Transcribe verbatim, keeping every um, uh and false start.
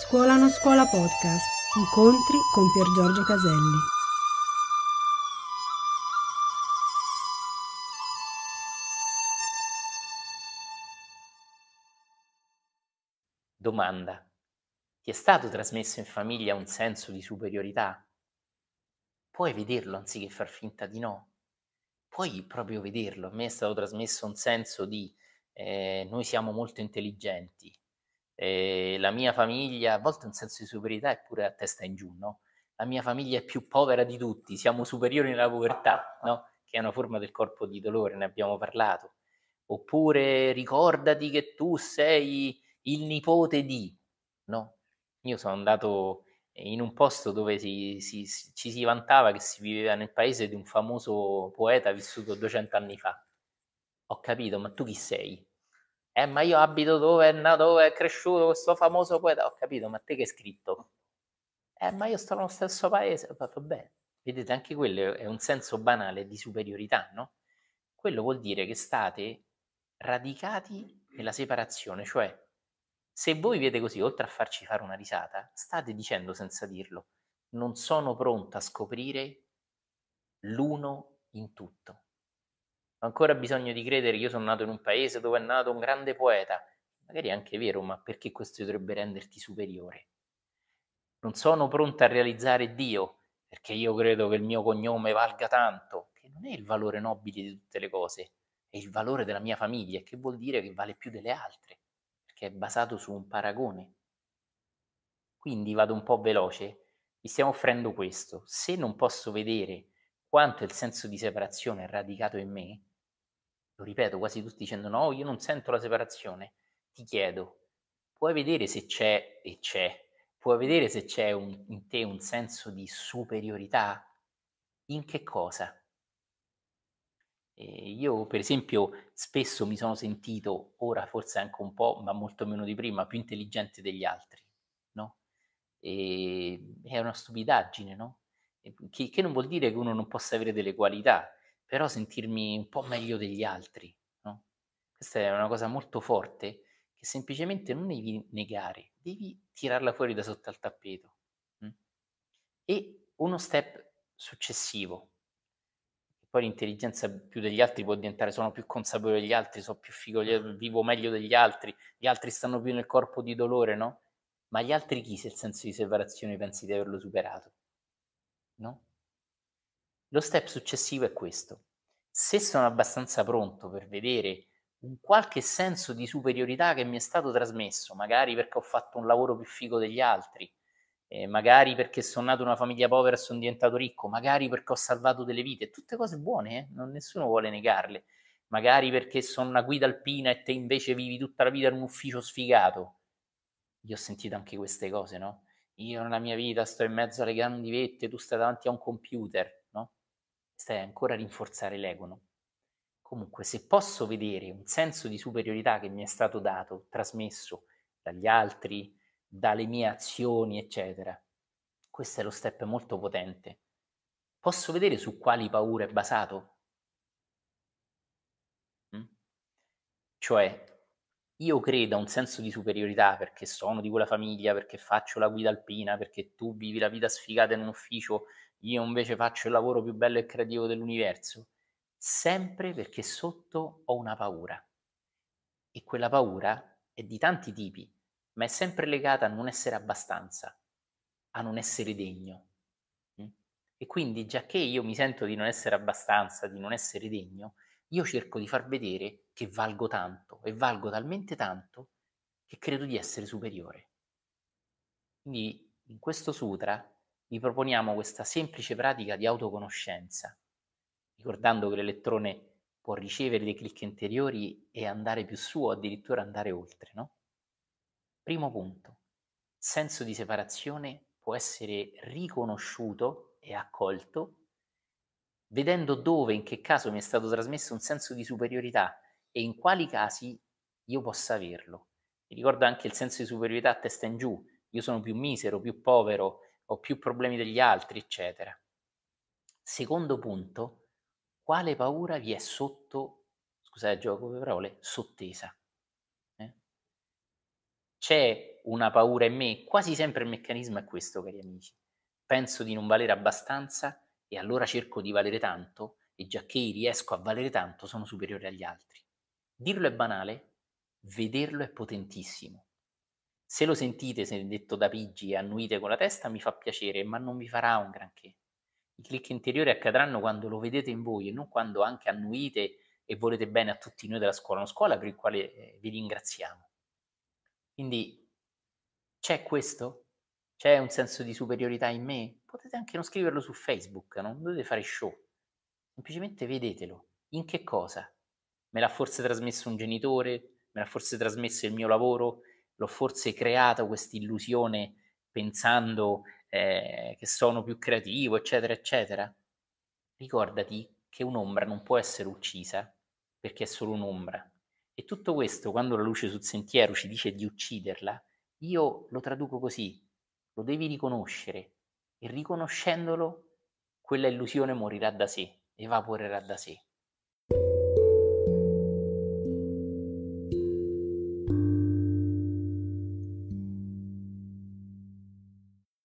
Scuola non scuola podcast. Incontri con Pier Giorgio Caselli. Domanda: ti è stato trasmesso in famiglia un senso di superiorità? Puoi vederlo anziché far finta di no. Puoi proprio vederlo. A me è stato trasmesso un senso di, ehm, noi siamo molto intelligenti, ehm, la mia famiglia, a volte un senso di superiorità è pure a testa in giù, no, la mia famiglia è più povera di tutti, siamo superiori nella povertà, no, che è una forma del corpo di dolore, ne abbiamo parlato. Oppure ricordati che tu sei il nipote di, no. Io sono andato in un posto dove si si s ci si vantava che si viveva nel paese di un famoso poeta vissuto duecento anni fa. Ho capito, ma tu chi sei? Eh, ma io abito dove è nato, dove è cresciuto questo famoso poeta. Ho capito, ma te che hai scritto? Eh, ma io sto nello stesso paese. Va vabbè, vedete anche quello è un senso banale di superiorità, no, quello vuol dire che state radicati nella separazione, cioè se voi vivete così, oltre a farci fare una risata, state dicendo senza dirlo: "Non sono pronta a scoprire l'uno in tutto. Ho ancora bisogno di credere che io sono nato in un paese dove è nato un grande poeta". Magari è anche vero, ma perché questo dovrebbe renderti superiore? Non sono pronta a realizzare Dio, perché io credo che il mio cognome valga tanto, che non è il valore nobile di tutte le cose, è il valore della mia famiglia, il che vuol dire che vale più delle altre, perché è basato su un paragone. Quindi vado un po' veloce, vi stiamo offrendo questo. Se non posso vedere quanto il senso di separazione è radicato in me, lo ripeto quasi tutti dicendo: "No, io non sento la separazione". Ti chiedo: puoi vedere se c'è e c'è, puoi vedere se c'è un in te un senso di superiorità? In che cosa? Ehm, io per esempio spesso mi sono sentito, ora forse anche un po', ma molto meno di prima, più intelligente degli altri, no, ehm, è una stupidaggine, no, ehm, che che non vuol dire che uno non possa avere delle qualità, però sentirmi un po' meglio degli altri, no, questa è una cosa molto forte che semplicemente non devi negare, devi tirarla fuori da sotto al tappeto, mh. E uno step successivo, poi l'intelligenza più degli altri può diventare: sono più consapevole degli altri, so' più figo gli a vivo meglio degli altri, gli altri stanno più nel corpo di dolore, no, ma gli altri chi se il senso di separazione pensi di averlo superato? No? Lo step successivo è questo: se sono abbastanza pronto per vedere un qualche senso di superiorità che mi è stato trasmesso, magari perché ho fatto un lavoro più figo degli altri, ehm, magari perché son nato in una famiglia povera e son diventato ricco, magari perché ho salvato delle vite, tutte cose buone eh, non nessuno vuole negarle. Magari perché sono una guida alpina e te invece vivi tutta la vita in un ufficio sfigato. Io ho sentito anche queste cose, no, io nella mia vita sto in mezzo alle grandi vette, tu stai davanti a un computer, no, stai ancora a rinforzare l'ego, no. Comunque se posso vedere un senso di superiorità che mi è stato dato, trasmesso dagli altri, dalle mie azioni, eccetera, questo è lo step molto potente. Posso vedere su quali paure è basato? Mh? Cioè, io credo a un senso di superiorità perché sono di quella famiglia, perché faccio la guida alpina, perché tu vivi la vita sfigata in un ufficio, io invece faccio il lavoro più bello e creativo dell'universo, sempre perché sotto ho una paura. E quella paura è di tanti tipi, ma è sempre legata a non essere abbastanza, a non essere degno, mh? E quindi giacché io mi sento di non essere abbastanza, di non essere degno, io cerco di far vedere che valgo tanto e valgo talmente tanto che credo di essere superiore. Quindi in questo sutra vi proponiamo questa semplice pratica di autoconoscenza, ricordando che l'elettrone può ricevere dei click interiori e andare più su o addirittura andare oltre, no? Primo punto, senso di separazione può essere riconosciuto e accolto vedendo dove, in che caso mi è stato trasmesso un senso di superiorità e in quali casi io possa averlo. Mi ricordo anche il senso di superiorità a testa in giù, io sono più misero, più povero, ho più problemi degli altri, eccetera. Secondo punto, quale paura vi è sotto, scusate il gioco di parole, sottesa? Eh? C'è una paura in me? Quasi sempre il meccanismo è questo, cari amici. Penso di non valere abbastanza e allora cerco di valere tanto e giacché riesco a valere tanto sono superiore agli altri. Dirlo è banale, vederlo è potentissimo. Se lo sentite, se detto da Piggi e annuite con la testa, mi fa piacere, ma non vi farà un granché. I click interiori accadranno quando lo vedete in voi e non quando anche annuite e volete bene a tutti noi della scuola, una scuola per il quale eh, vi ringraziamo. Quindi c'è questo? C'è un senso di superiorità in me? Potete anche non scriverlo su Facebook, non dovete fare show. Semplicemente vedetelo. In che cosa? Me l'ha forse trasmesso un genitore? Me l'ha forse trasmesso il mio lavoro? L'ho forse creato questa illusione pensando eh, che sono più creativo, eccetera, eccetera? Ricordati che un'ombra non può essere uccisa perché è solo un'ombra. E tutto questo, quando la luce sul sentiero ci dice di ucciderla, io lo traduco così: lo devi riconoscere e riconoscendolo quella illusione morirà da sé, evaporerà da sé.